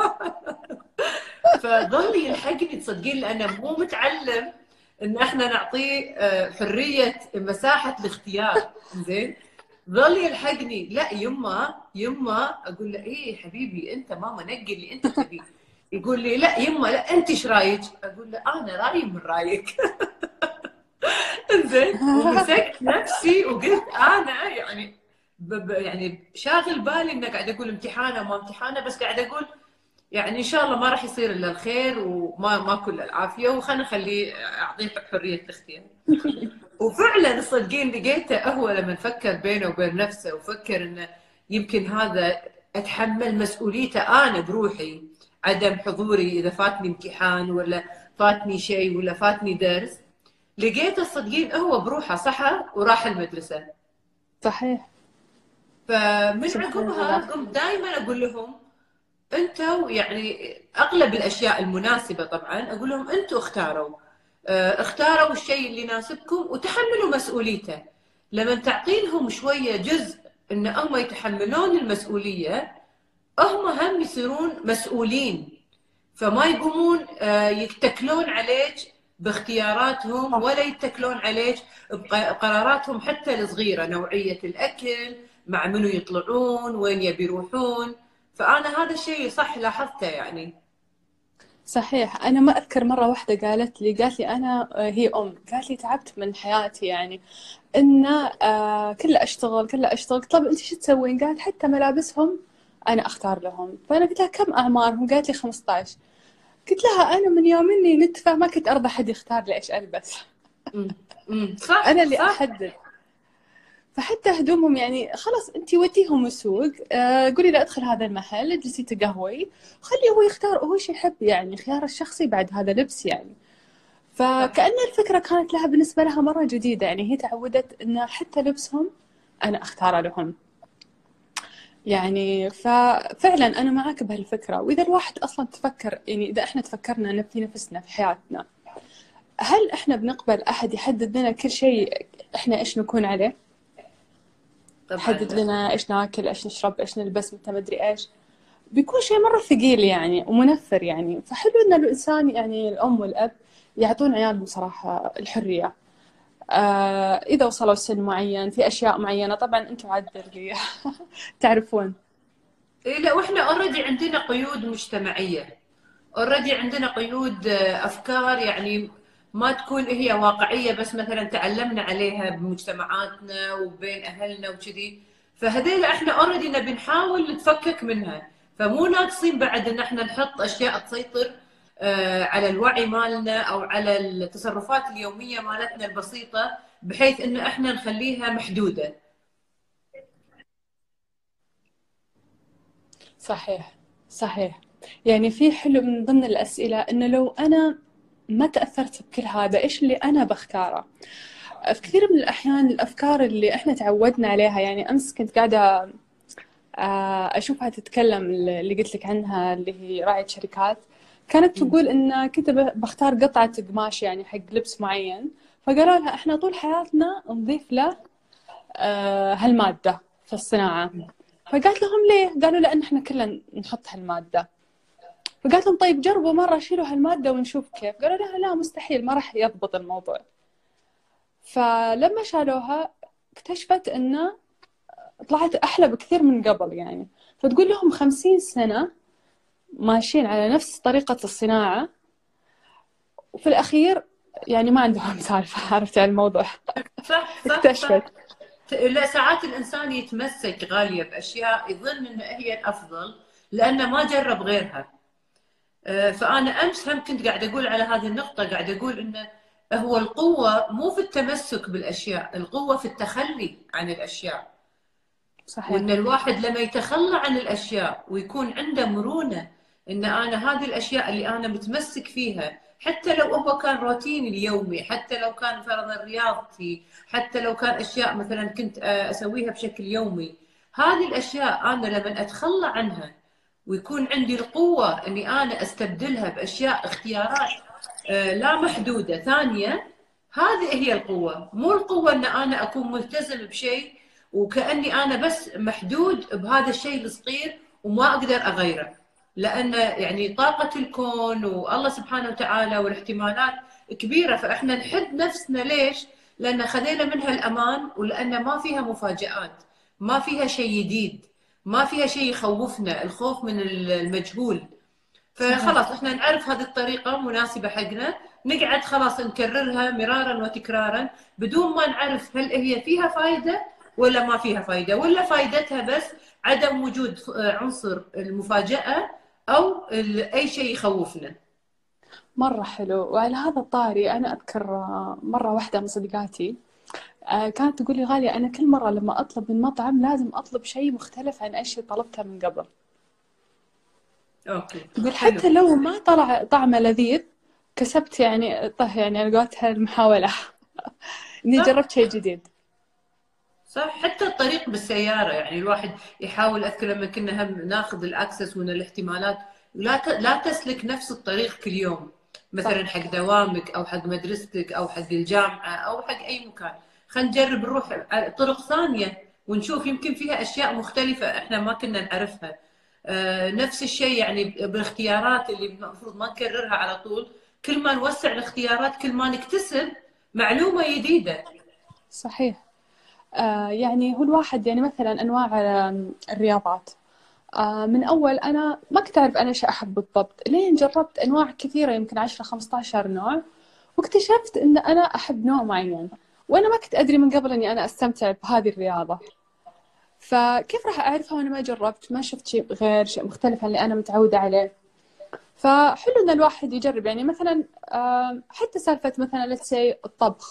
فظل يلحقني تصدقين لانه مو متعلم ان احنا نعطيه حريه مساحه الاختيار. زين ظل يلحقني، لا يما يما اقول له ايه حبيبي انت ماما نقي اللي انت تبيه. يقول لي لا يما لا انت ايش رايك؟ اقول له انا رايي من رايك. زين ومسكت نفسي وقلت انا يعني ب يعني شاغل بالي انه قاعد اقول امتحانه وما امتحانه، بس قاعد اقول يعني ان شاء الله ما راح يصير الا الخير وما ما كل العافيه وخلنا نخليه اعطيه حريه الاختيار. وفعلا صدقين لقيته هو لما فكر بينه وبين نفسه وفكر انه يمكن هذا اتحمل مسؤوليته انا بروحي، عدم حضوري اذا فاتني امتحان ولا فاتني شيء ولا فاتني درس، لقيته صدقين هو بروحه صحى وراح المدرسه. صحيح. فمن عقبها قمت دائما اقول لهم انتوا يعني اغلب الاشياء المناسبه طبعا اقول لهم انتوا اختاروا اختاروا الشيء اللي يناسبكم وتحملوا مسؤوليته. لما تعطينهم شويه جزء ان هم يتحملون المسؤوليه هم هم يصيرون مسؤولين، فما يقومون يتكلون عليك باختياراتهم ولا يتكلون عليك بقراراتهم حتى الصغيره، نوعيه الاكل، مع منو يطلعون، وين يبي يروحون. فانا هذا الشيء صح لاحظته يعني. صحيح. أنا ما أذكر مرة واحدة قالت لي قالت لي أنا هي أم قالت لي تعبت من حياتي يعني إن آه كله أشتغل كله أشتغل. طب أنت شو تسوين؟ قالت حتى ملابسهم أنا أختار لهم. فأنا قلت لها كم أعمارهم؟ قالت لي خمسة عشر. قلت لها أنا من يوم إني نتفق ما كنت أرضى حد يختار لي إيش ألبس. امم صح أنا اللي صح. أحدد. فحتى هدومهم يعني خلاص انتي وديهم السوق، آه قولي له ادخل هذا المحل اجلسي تقهوي، خليه هو يختار هو ايش يحب يعني، خيار الشخصي بعد هذا لبس يعني. فكأن الفكرة كانت لها بالنسبة لها مرة جديدة، يعني هي تعودت ان حتى لبسهم انا اختار لهم يعني. ففعلا انا معك بهالفكرة. واذا الواحد اصلا تفكر يعني اذا احنا تفكرنا في نفسنا في حياتنا، هل احنا بنقبل احد يحدد لنا كل شيء احنا ايش نكون عليه؟ حدد لنا ايش ناكل ايش نشرب ايش نلبس متى مدري ايش، بيكون شيء مرة ثقيل يعني ومنفر يعني. فحلو ان الانسان يعني الام والاب يعطون عيالهم صراحة الحرية آه اذا وصلوا سن معين في اشياء معينة. طبعا انتم عاد اللي تعرفون. إيه لا واحنا اوريدي عندنا قيود مجتمعيه، اوريدي عندنا قيود افكار يعني ما تكون هي واقعيه، بس مثلا تعلمنا عليها بمجتمعاتنا وبين اهلنا وكذي. فهذيلا احنا اوريدي نبي نحاول نتفكك منها، فمو ناقصين بعد ان احنا نحط اشياء تسيطر على الوعي مالنا او على التصرفات اليوميه مالتنا البسيطه بحيث ان احنا نخليها محدوده. صحيح صحيح. يعني في حلو من ضمن الأسئلة إنه لو أنا ما تأثرت بكل هذا إيش اللي أنا بختاره؟ في كثير من الأحيان الأفكار اللي إحنا تعودنا عليها، يعني أمس كنت قاعدة أشوفها تتكلم اللي قلت لك عنها اللي هي راعية شركات، كانت تقول إن كنت بختار قطعة قماش يعني حق لبس معين، فقالوا لها إحنا طول حياتنا نضيف له هالمادة في الصناعة. فقالت لهم ليه؟ قالوا لأن إحنا كلنا نحط هالمادة. فقالت لهم طيب جربوا مرة شيلوا هالمادة ونشوف كيف. قالوا لها لا مستحيل ما راح يضبط الموضوع. فلما شالوها اكتشفت إنه طلعت أحلى بكثير من قبل يعني. فتقول لهم خمسين سنة ماشيين على نفس طريقة الصناعة، وفي الأخير يعني ما عندهم سالفة. عرفت يعني الموضوع. صح صح اكتشفت. صح. لا، ساعات الإنسان يتمسك غالية بأشياء يظن إن هي الأفضل لأنه ما جرب غيرها. آه، فأنا أمس هم كنت قاعدة أقول على هذه النقطة، قاعدة أقول إنه هو القوة مو في التمسك بالأشياء، القوة في التخلي عن الأشياء. وإن صحيح. الواحد لما يتخلى عن الأشياء ويكون عنده مرونة، إن أنا هذه الأشياء اللي أنا متمسك فيها حتى لو هو كان روتيني اليومي، حتى لو كان فرضا رياضتي، حتى لو كان أشياء مثلا كنت أسويها بشكل يومي، هذه الأشياء أنا لما أتخلى عنها ويكون عندي القوة إني أنا أستبدلها بأشياء اختيارات لا محدودة ثانية، هذه هي القوة. مو القوة إن أنا أكون ملتزم بشيء وكأني أنا بس محدود بهذا الشيء الصغير وما أقدر أغيره، لأن يعني طاقة الكون والله سبحانه وتعالى والاحتمالات كبيرة، فإحنا نحد نفسنا. ليش؟ لأن خذينا منها الأمان، ولأن ما فيها مفاجآت، ما فيها شيء جديد، ما فيها شيء يخوفنا، الخوف من المجهول. صحيح. فخلاص احنا نعرف هذه الطريقة مناسبة حقنا، نقعد خلاص نكررها مرارا وتكرارا بدون ما نعرف هل هي فيها فايدة ولا ما فيها فايدة، ولا فايدتها بس عدم وجود عنصر المفاجأة أو أي شيء يخوفنا. مرة حلو. وعلى هذا الطاري أنا أذكر مرة واحدة من صديقاتي كانت تقول لي غالية أنا كل مرة لما أطلب من مطعم لازم أطلب شيء مختلف عن أي شيء طلبته من قبل. أوكي تقول حلو. حتى لو ما طلع طعمه لذيذ كسبت يعني طه يعني على قولتها المحاولة. إني صح جربت شيء جديد. صح. حتى الطريق بالسيارة يعني الواحد يحاول، أذكر لما كنا هم ناخذ الأكسس من الاحتمالات، لا ت- لا تسلك نفس الطريق كل يوم، مثلا صح. حق دوامك أو حق مدرستك أو حق الجامعة أو حق أي مكان. خلينا نجرب نروح على طرق ثانية ونشوف يمكن فيها أشياء مختلفة إحنا ما كنا نعرفها. آه، نفس الشيء يعني بالاختيارات اللي المفروض ما نكررها على طول، كل ما نوسع الاختيارات كل ما نكتسب معلومة جديدة. صحيح. آه يعني هو الواحد يعني مثلا أنواع آه، الرياضات. آه من أول أنا ما كنت أعرف أنا إيش أحب بالضبط، لين جربت أنواع كثيرة يمكن عشرة خمسة عشر نوع، واكتشفت أن أنا أحب نوع معين، وأنا ما كنت أدري من قبل أني أنا أستمتع بهذه الرياضة. فكيف راح أعرفها وأنا ما جربت، ما شفت شيء غير، شيء مختلف عن اللي أنا متعودة عليه. فحلو إن الواحد يجرب. يعني مثلا آه حتى سالفة مثلا let's say الطبخ.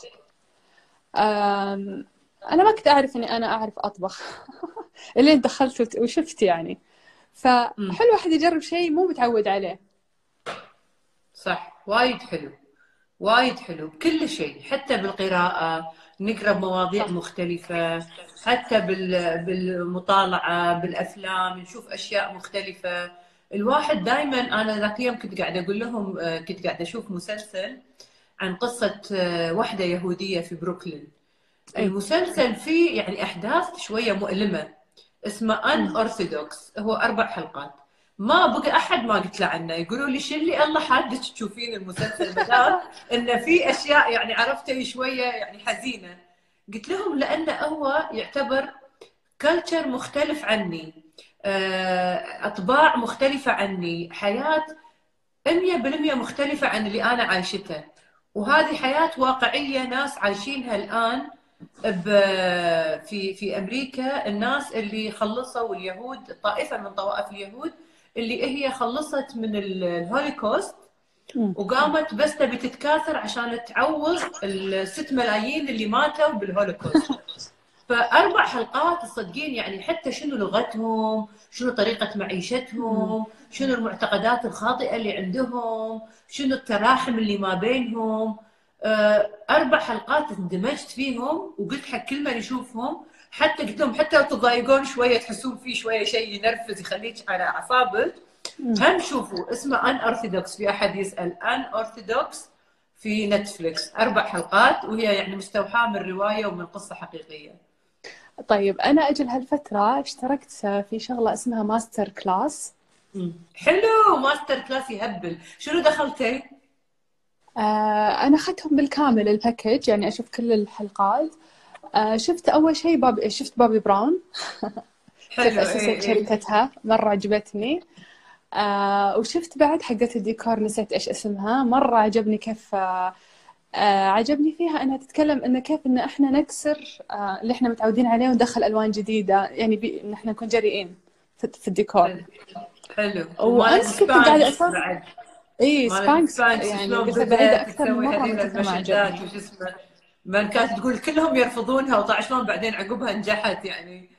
آه أنا ما كنت أعرف إني أنا أعرف أطبخ اللي دخلت وت- وشفت يعني. مم. فحلو واحد يجرب شيء مو متعود عليه. صح، وايد حلو، وايد حلو بكل شيء، حتى بالقراءة نقرأ مواضيع صح. مختلفة، حتى بال- بالمطالعة بالأفلام نشوف أشياء مختلفة. الواحد دائما، أنا ذاك اليوم كنت قاعدة أقول لهم آه، كنت قاعدة أشوف مسلسل عن قصة آه، واحدة يهودية في بروكلين. أي. المسلسل فيه يعني أحداث شوية مؤلمة، اسمه ان أمم. اورثودوكس، هو اربع حلقات. ما بقى احد ما قلت له عنه، يقولوا لي شو اللي الله حادك تشوفين المسلسل مدام انه في اشياء يعني عرفتي شويه يعني حزينه. قلت لهم لانه هو يعتبر كلتشر مختلف عني، آه، اطباع مختلفه عني، حياه مية بالمية مختلفه عن اللي انا عايشته، وهذه حياه واقعيه ناس عايشينها الان ب- في في امريكا. الناس اللي خلصوا اليهود، طائفه من طوائف اليهود اللي هي خلصت من ال- الهولوكوست أمم. وقامت بس تبي تتكاثر عشان تعوض الست ملايين اللي ماتوا بالهولوكوست. فاربع حلقات تصدقين يعني حتى شنو لغتهم، شنو طريقه أمم. معيشتهم، شنو المعتقدات الخاطئه اللي عندهم، شنو التراحم اللي ما بينهم. آه، اربع حلقات اندمجت فيهم وقلت حق كل من يشوفهم، حتى قلت لهم حتى لو تضايقون شويه تحسون فيه شويه شيء ينرفز يخليك على اعصابك، أمم. هم شوفوا اسمه ان ارثوذكس. في احد يسال ان ارثوذكس في نتفليكس، اربع حلقات وهي يعني مستوحاه من روايه ومن قصه حقيقيه. طيب أنا أجل هالفترة اشتركت في شغلة اسمها ماستر كلاس. مم. حلو، ماستر كلاس يهبل. شنو دخلتي؟ آه أنا أخذتهم بالكامل الباكج، يعني أشوف كل الحلقات. آه شفت أول شيء باب شفت بابي براون. كيف حلو. أسست ايه ايه. شركتها، مرة عجبتني. آه وشفت بعد حقت الديكور، نسيت إيش اسمها، مرة عجبني كيف آه آه عجبني فيها أنها تتكلم إنه كيف إن إحنا نكسر آه اللي إحنا متعودين عليه وندخل ألوان جديدة، يعني بي إن إحنا نكون جريئين في, في الديكور. حلو. حلو. ومال وأمس كنت قاعدة السبانكس أسوي بعد، إي مالت سبانكس، سبانكس يعني شلون قلت بعيدة بدأت أكثر من تسوي مرة من هذيل كثر ما المشدات عجبني. وش اسمه، من كانت تقول كلهم يرفضونها وطلع شلون بعدين عقبها نجحت يعني.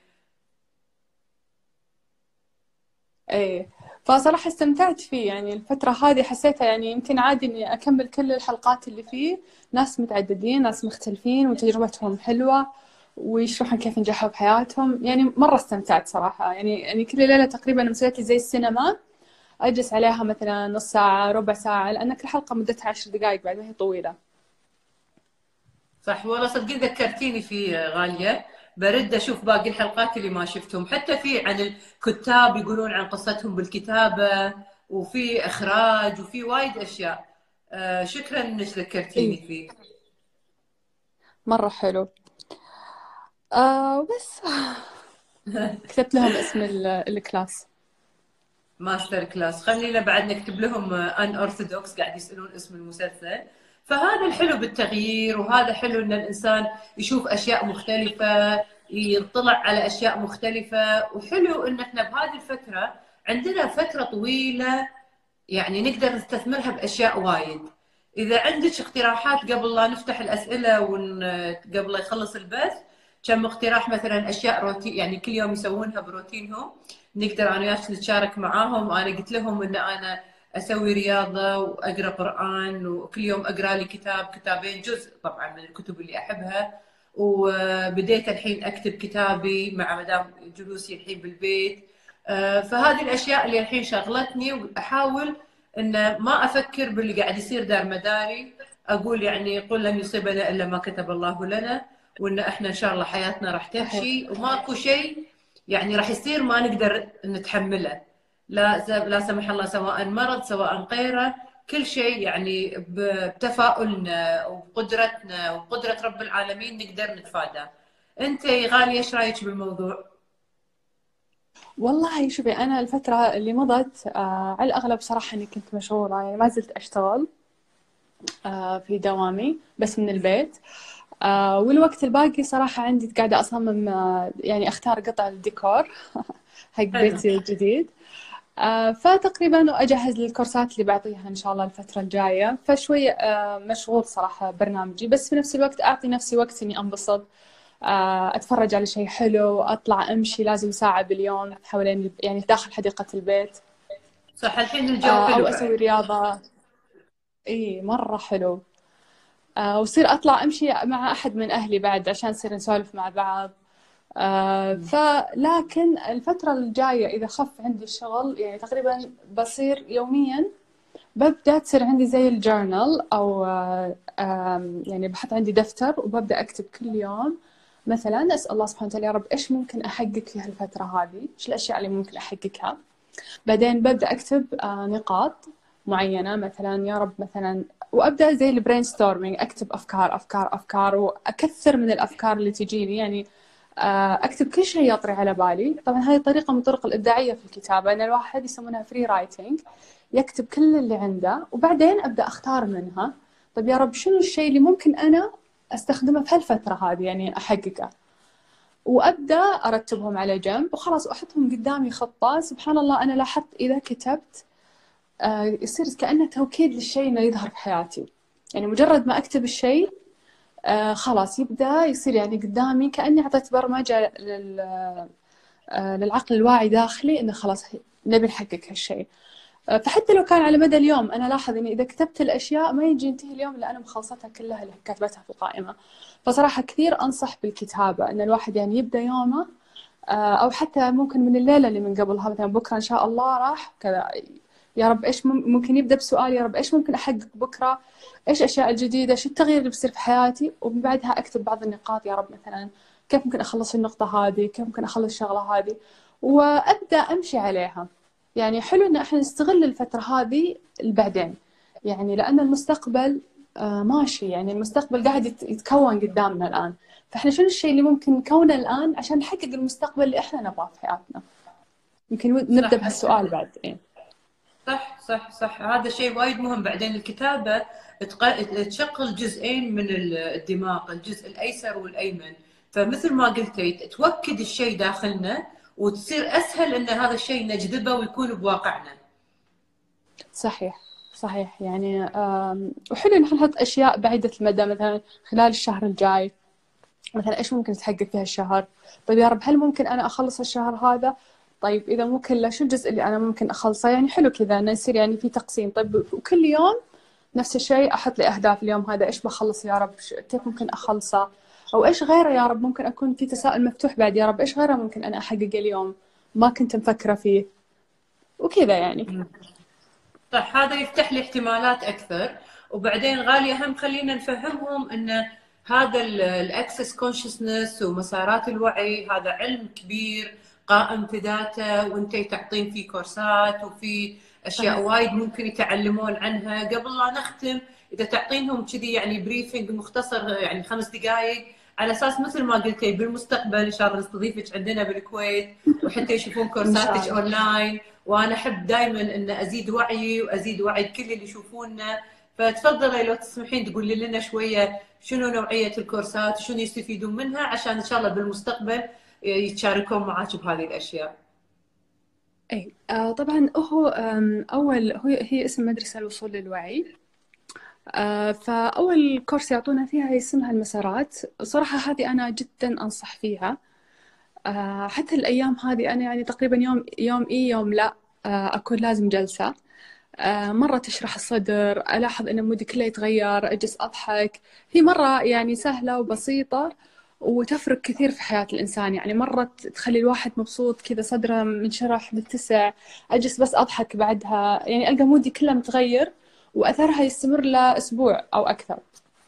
ايه، فصراحة استمتعت فيه، يعني الفترة هذه حسيتها يعني يمكن عادي اني اكمل كل الحلقات اللي فيه، ناس متعددين، ناس مختلفين وتجربتهم حلوة ويشرحون كيف نجحوا بحياتهم، يعني مرة استمتعت صراحة. يعني يعني كل ليلة تقريبا مسويت لي زي السينما، اجلس عليها مثلا نص ساعة ربع ساعة، لان كل حلقة مدتها عشر دقائق بعد، ما هي طويلة. صح والله، صدقين ذكرتيني في غالية، برد اشوف باقي الحلقات اللي ما شفتهم، حتى في عن الكتاب يقولون عن قصتهم بالكتابة، وفي اخراج، وفي وايد اشياء. آه شكرا انك ذكرتيني ايه فيه. مرة حلو. آه بس كتبت لهم اسم ال- الكلاس. ماستر كلاس، خلينا بعد نكتب لهم ان اورثودوكس، قاعد يسالون اسم المسلسل. فهذا الحلو بالتغيير، وهذا حلو ان الانسان يشوف اشياء مختلفه، يطلع على اشياء مختلفه. وحلو ان احنا بهذه الفتره عندنا فتره طويله يعني نقدر نستثمرها باشياء وايد. اذا عندك اقتراحات قبل لا نفتح الاسئله ون قبل لا يخلص البث، كم اقتراح مثلا اشياء روتين يعني كل يوم يسوونها بروتينهم، نقدر انا وياك نتشارك معاهم. انا قلت لهم ان انا اسوي رياضه واقرا قران، وكل يوم اقرا لي كتاب كتابين، جزء طبعا من الكتب اللي احبها. وبديت الحين اكتب كتابي مع مدام جلوسي الحين بالبيت. آه، فهذه الاشياء اللي الحين شغلتني، واحاول ان ما افكر باللي قاعد يصير دار مداري. اقول يعني قل لن يصيبنا الا ما كتب الله لنا، وان احنا ان شاء الله حياتنا راح صحيح. تمشي، وماكو شيء يعني راح يصير ما نقدر نتحمله. لا لا سمح الله، سواء مرض سواء غيره، كل شيء يعني بتفاؤلنا وبقدرتنا وقدرة رب العالمين نقدر نتفاداه. انت يا غالية ايش رايك بالموضوع؟ والله شوفي، أنا الفترة اللي مضت آه على الأغلب صراحة إني كنت مشغولة، يعني ما زلت أشتغل آه في دوامي بس من البيت. آه والوقت الباقي صراحة عندي قاعدة أصمم، آه يعني أختار قطع الديكور حق حلو. بيتي الجديد. آه فتقريبا وأجهز للكورسات اللي بعطيها إن شاء الله الفترة الجاية، فشوي آه مشغول صراحة برنامجي، بس في نفس الوقت أعطي نفسي وقت إني أنبسط، آه، أتفرج على شيء حلو، أطلع أمشي لازم ساعة باليوم حوالين يعني داخل حديقة البيت، صح، الحين الجو آه، حلو أو أسوي بعد. رياضة. إي مرة حلو. آه، وصير أطلع أمشي مع أحد من أهلي بعد عشان نصير نسولف مع بعض. آه، فلكن الفترة الجاية إذا خف عندي الشغل، يعني تقريبا بصير يوميا ببدأ تصير عندي زي الجورنال، أو آه، آم، يعني بحط عندي دفتر وببدأ أكتب كل يوم. مثلا أسأل الله سبحانه وتعالى يا رب إيش ممكن أحقق في هالفترة هذه، إيش الأشياء اللي ممكن أحققها. بعدين ببدأ أكتب آه، نقاط معينة، مثلا يا رب مثلا، وأبدأ زي البرين ستورمينج، أكتب أفكار أفكار أفكار وأكثر من الأفكار اللي تجيني، يعني آه، أكتب كل شيء يطري على بالي. طبعا هذه طريقة من الطرق الإبداعية في الكتابة، أن الواحد يسمونها فري رايتنج، يكتب كل اللي عنده وبعدين أبدأ أختار منها. طيب يا رب شنو الشيء اللي ممكن أنا أستخدمه في هالفترة هذه، يعني أحققه، وأبدأ أرتبهم على جنب وخلاص، وأحطهم قدامي خطة. سبحان الله أنا لاحظت إذا كتبت آه، يصير كأنه توكيد للشيء إنه يظهر في حياتي، يعني مجرد ما أكتب الشيء آه، خلاص يبدأ يصير يعني قدامي، كأني أعطيت برمجة لل آه، للعقل الواعي داخلي إنه خلاص نبي نحقق هالشيء. آه، فحتى لو كان على مدى اليوم أنا لاحظ إني إذا كتبت الأشياء ما يجي ينتهي اليوم إلا أنا مخلصتها كلها اللي كاتبتها في القائمة. فصراحة كثير أنصح بالكتابة، إن الواحد يعني يبدأ يومه آه، أو حتى ممكن من الليلة اللي من قبلها، مثلا بكرة إن شاء الله راح كذا، يا رب إيش مم- ممكن يبدأ بسؤال يا رب إيش ممكن أحقق بكرة، إيش الأشياء الجديدة، شو التغيير اللي بيصير في حياتي، ومن بعدها أكتب بعض النقاط، يا رب مثلا كيف ممكن أخلص النقطة هذه، كيف ممكن أخلص الشغلة هذه، وأبدأ أمشي عليها. يعني حلو إن إحنا نستغل الفترة هذه بعدين، يعني لأن المستقبل آه ماشي، يعني المستقبل قاعد يت- يتكون قدامنا الآن. فإحنا شنو الشيء اللي ممكن نكونه الآن عشان نحقق المستقبل اللي إحنا نبغاه في حياتنا؟ يمكن ود- نبدأ صح بهالسؤال بعد. إيه. صح صح صح، هذا شيء وايد مهم. بعدين الكتابة تق- تشغل جزئين من الدماغ، الجزء الأيسر والأيمن. فمثل ما قلتي توكد الشيء داخلنا وتصير أسهل أن هذا الشيء نجذبه ويكون بواقعنا. صحيح صحيح. يعني آم، وحلو إن إحنا نحط أشياء بعيدة المدى، مثلا خلال الشهر الجاي مثلا إيش ممكن تحقق في هالشهر. طيب يا رب، هل ممكن أنا أخلص الشهر هذا؟ طيب إذا مو كله، شو الجزء اللي أنا ممكن أخلصه؟ يعني حلو كذا إنه يصير يعني في تقسيم. طيب وكل يوم نفس الشيء، أحط لي أهداف اليوم هذا، إيش بخلص يا رب، ش- كيف ممكن أخلصه؟ أو إيش غيره يا رب ممكن أكون في تساؤل مفتوح بعد، يا رب إيش غيره ممكن أنا أحققه اليوم ما كنت مفكرة فيه، وكذا يعني. صح، هذا يفتح لي احتمالات اكثر. وبعدين غالية هم خلينا نفهمهم ان هذا الاكسس كونشسنس ومسارات الوعي هذا علم كبير قائم في ذاته، وانت تعطين فيه كورسات وفي اشياء صحيح. وايد ممكن يتعلمون عنها. قبل لا نختم، اذا تعطينهم كذي يعني بريفنج مختصر يعني خمس دقائق، على اساس مثل ما قلتي بالمستقبل ان شاء الله نستضيفك عندنا بالكويت وحتى يشوفون إن شاء كورساتك الله. اونلاين. وانا احب دائما ان ازيد وعي وازيد وعي كل اللي يشوفونا. فتفضلي لو تسمحين تقولي لنا شويه شنو نوعيه الكورسات وشنو يستفيدون منها، عشان ان شاء الله بالمستقبل يتشاركون معاك بهذه الاشياء. أي آه طبعا هو آم، أول هو هي اسم مدرسة الوصول للوعي. آه فأول كورس يعطونا فيها هي اسمها المسارات. صراحة هذه أنا جدا أنصح فيها. آه حتى الأيام هذه أنا يعني تقريبا يوم يوم إي يوم لا، آه أكون لازم جلسة. آه مرة تشرح الصدر، ألاحظ أن مودي كله يتغير، أجلس أضحك. هي مرة يعني سهلة وبسيطة، وتفرق كثير في حياة الإنسان. يعني مرة تخلي الواحد مبسوط كذا، صدره منشرح متسع، أجلس بس أضحك بعدها، يعني ألقى مودي كله متغير، وأثرها يستمر لأسبوع أو أكثر.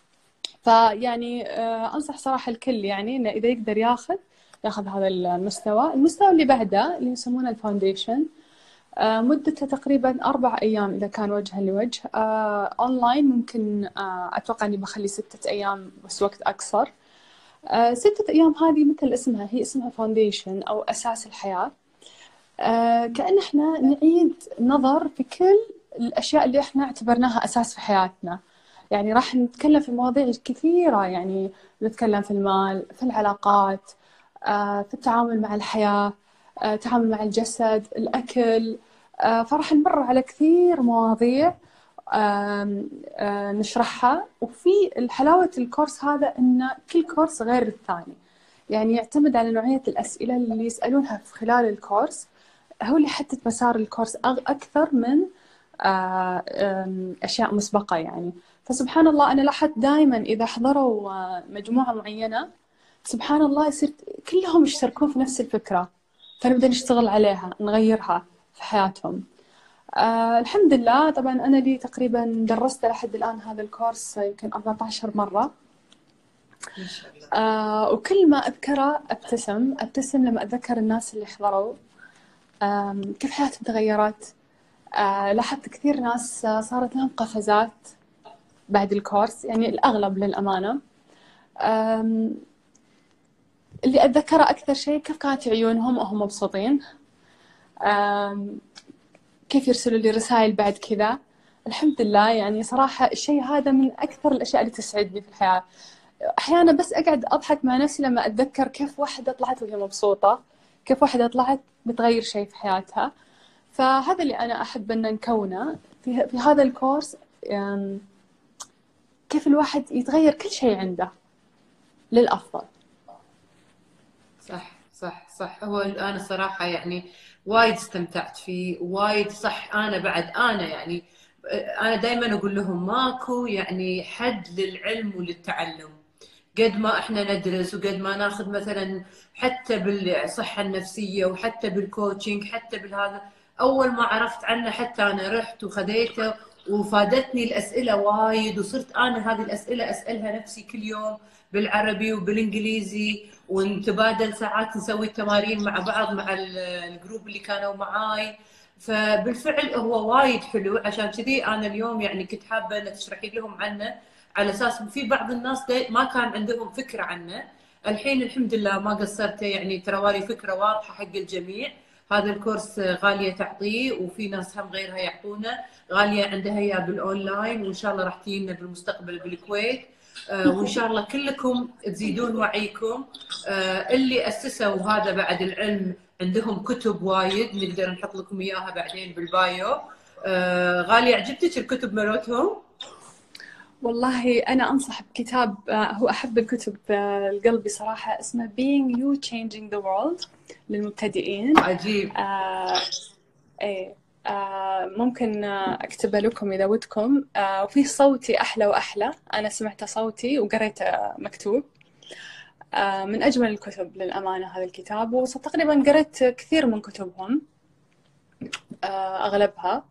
فيعني آه، أنصح صراحة الكل يعني إنه إذا يقدر ياخذ ياخذ هذا المستوى. المستوى اللي بعده اللي يسمونه الفاونديشن، آه، مدته تقريبا أربع أيام إذا كان وجها لوجه. آه، أونلاين ممكن، آه، أتوقع إني بخلي ستة أيام بس وقت أقصر. آه، ستة أيام هذه مثل اسمها، هي اسمها فاونديشن أو أساس الحياة. آه، كأن إحنا نعيد نظر في كل الأشياء اللي إحنا اعتبرناها أساس في حياتنا. يعني راح نتكلم في مواضيع كثيرة، يعني نتكلم في المال، في العلاقات، آه، في التعامل مع الحياة، آه، التعامل مع الجسد، الأكل. آه، فراح نمر على كثير مواضيع آم، آه، نشرحها. وفي حلاوة الكورس هذا إن كل كورس غير الثاني، يعني يعتمد على نوعية الأسئلة اللي يسألونها في خلال الكورس، هو اللي يحدد مسار الكورس أغ- أكثر من آه، آم، أشياء مسبقة يعني. فسبحان الله أنا لاحظت دائما إذا حضروا آه، مجموعة معينة، سبحان الله يصير كلهم يشتركون في نفس الفكرة، فنبدأ نشتغل عليها نغيرها في حياتهم. آه الحمد لله. طبعا أنا لي تقريبا درست لحد الآن هذا الكورس يمكن أربعة عشر مرة. ما شاء الله. آه وكل ما أذكره أبتسم أبتسم لما أتذكر الناس اللي حضروا، آم، كيف حياتهم تغيرت. آه لاحظت كثير ناس آه، صارت لهم قفزات بعد الكورس، يعني الأغلب للأمانة. آم، اللي أتذكره أكثر شيء كيف كانت عيونهم وهم مبسوطين، آم، كيف يرسلوا لي رسائل بعد كذا. الحمد لله، يعني صراحة الشيء هذا من أكثر الأشياء اللي تسعدني في الحياة. أحيانا بس أقعد أضحك مع نفسي لما أتذكر كيف واحدة طلعت وهي مبسوطة، كيف واحدة طلعت بتغير شيء في حياتها. فهذا اللي أنا أحب أن نكونه في, في هذا الكورس، يعني كيف الواحد يتغير كل شيء عنده للأفضل. صح صح صح، هو انا صراحه يعني وايد استمتعت فيه وايد. صح، انا بعد انا يعني انا دائما اقول لهم ماكو يعني حد للعلم وللتعلم. قد ما احنا ندرس وقد ما ناخذ مثلا حتى بالصحه النفسيه وحتى بالكوتشنج حتى بالهذا، اول ما عرفت عنه حتى انا رحت وخذيته وفادتني الاسئله وايد، وصرت انا هذه الاسئله اسالها نفسي كل يوم بالعربي وبالانجليزي، ونتبادل ساعات نسوي تمارين مع بعض مع الجروب اللي كانوا معاي. فبالفعل هو وايد حلو، عشان كذي انا اليوم يعني كنت حابه انك تشرحي لهم عنه، على اساس في بعض الناس ما كان عندهم فكره عنه. الحين الحمد لله ما قصرت، يعني ترى والي فكره واضحه حق الجميع. هذا الكورس غاليه تعطيه، وفي ناس هم غيرها يعطونه. غاليه عندها اياه بالاونلاين، وان شاء الله راح تجينا بالمستقبل بالكويت. آه وان شاء الله كلكم تزيدون وعيكم. آه اللي اسسوا هذا بعد العلم عندهم كتب وايد، نقدر نحط لكم اياها بعدين بالبايو. آه غاليه، عجبتك الكتب مالتهم؟ والله أنا أنصح بكتاب، هو أحب الكتب لقلبي صراحة، اسمه Being You Changing the World للمبتدئين. عجيب. آه إيه آه ممكن أكتبه لكم إذا ودكم. آه وفي صوتي أحلى وأحلى، أنا سمعته صوتي وقريته مكتوب. آه من أجمل الكتب للأمانة هذا الكتاب، وتقريبا قريت كثير من كتبهم، آه أغلبها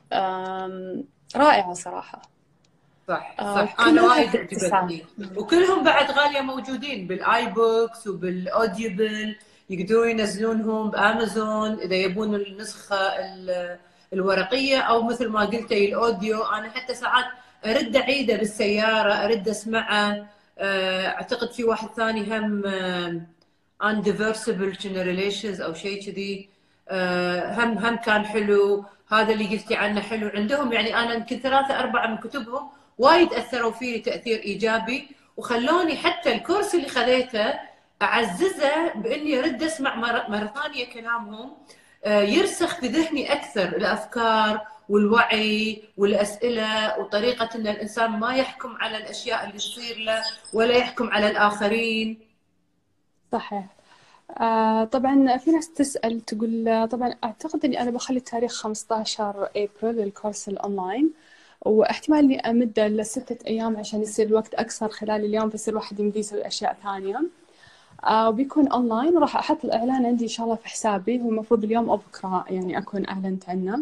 آه رائعة صراحة. صح آه صح، انا كلها وايد في اتساع. عجبتني. وكلهم بعد غاليه موجودين بالاي بوكس وبالاوديبل، يقدرون ينزلونهم بامازون اذا يبون النسخه ال- الورقيه، او مثل ما قلتي الاوديو. انا حتى ساعات ارد اعيده بالسياره، ارد اسمعه. آه، اعتقد في واحد ثاني هم undiversible generations او شيء كذي. آه، هم هم كان حلو. هذا اللي قلتي عنه حلو عندهم. يعني انا يمكن ثلاثه اربعه من كتبهم وايد اثروا فيني تاثير ايجابي، وخلوني حتى الكورس اللي خذيته اعززه باني ارد اسمع مره, مرة ثانيه كلامهم. آه، يرسخ في ذهني اكثر الافكار والوعي والاسئله، وطريقه ان الانسان ما يحكم على الاشياء اللي تصير له ولا يحكم على الاخرين. صحيح. آه طبعا في ناس تسأل تقول، آه، طبعا أعتقد أني أنا بخلي التاريخ خمسة عشر أبريل للكورس الأونلاين، واحتمال إني أمده لستة أيام عشان يصير الوقت أقصر خلال اليوم، فيصير الواحد يمدي يسوي أشياء ثانية. آه وبيكون أونلاين، وراح أحط الإعلان عندي إن شاء الله في حسابي، هو المفروض اليوم أو بكرة يعني أكون أعلنت عنه.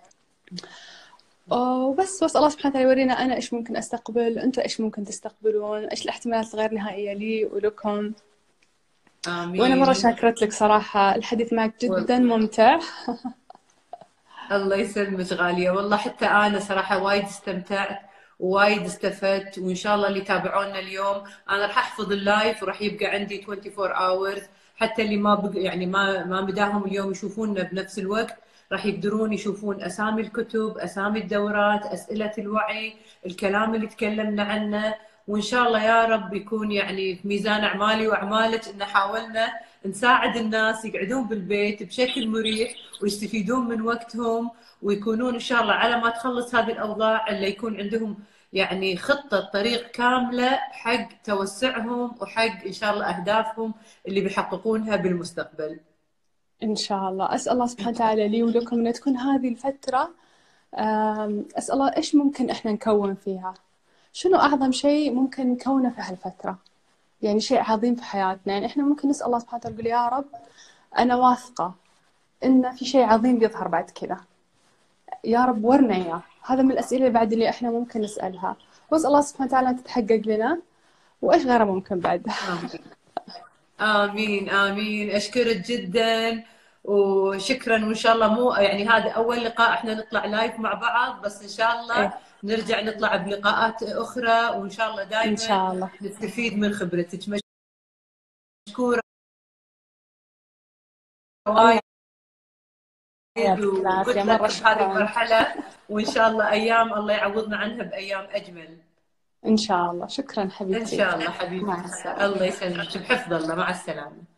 وبس واسأل الله سبحانه وتعالى يورينا أنا إيش ممكن أستقبل، أنتوا إيش ممكن تستقبلون، إيش الاحتمالات الغير نهائية لي ولكم. آمين. وأنا مرة شاكرة لك صراحة، الحديث معك جدا ممتع. الله يسلمك غالية، والله حتى أنا صراحة وايد استمتعت ووايد استفدت. وإن شاء الله اللي يتابعونا اليوم، أنا راح أحفظ اللايف وراح يبقى عندي أربعة وعشرين hours، حتى اللي ما بق... يعني ما ما مداهم اليوم يشوفونا بنفس الوقت، راح يقدرون يشوفون أسامي الكتب، أسامي الدورات، أسئلة الوعي، الكلام اللي تكلمنا عنه. وإن شاء الله يا رب يكون يعني في ميزان أعمالي وأعمالك إن حاولنا نساعد الناس يقعدون بالبيت بشكل مريح ويستفيدون من وقتهم، ويكونون إن شاء الله على ما تخلص هذه الأوضاع اللي يكون عندهم يعني خطة طريق كاملة حق توسعهم وحق إن شاء الله أهدافهم اللي بيحققونها بالمستقبل. إن شاء الله. أسأل الله سبحانه وتعالى لي ولكم أن تكون هذه الفترة، أسأل الله إيش ممكن إحنا نكون فيها، شنو أعظم شيء ممكن نكونه في هالفترة، يعني شيء عظيم في حياتنا. يعني إحنا ممكن نسأل الله سبحانه وتعالى نقول يا رب أنا واثقة إن في شيء عظيم بيظهر بعد كذا، يا رب ورنا إياه. هذا من الأسئلة بعد اللي إحنا ممكن نسألها، وأسأل الله سبحانه وتعالى تتحقق لنا، وإيش غيره ممكن بعد. آمين آمين. أشكرك جدا وشكرا. وإن شاء الله مو يعني هذا أول لقاء إحنا نطلع لايف مع بعض، بس إن شاء الله إيه. نرجع نطلع بلقاءات أخرى، وإن شاء الله دائما إن شاء الله نستفيد من خبرتك. مشكورة الله وايد يعطيك العافية، مرة بهذه شكرا. المرحلة، وإن شاء الله أيام الله يعوضنا عنها بأيام أجمل. إن شاء الله. شكرا حبيبتي. إن شاء الله حبيبتي. مع السلامة. الله يسلمك، بحفظ الله، مع السلامة.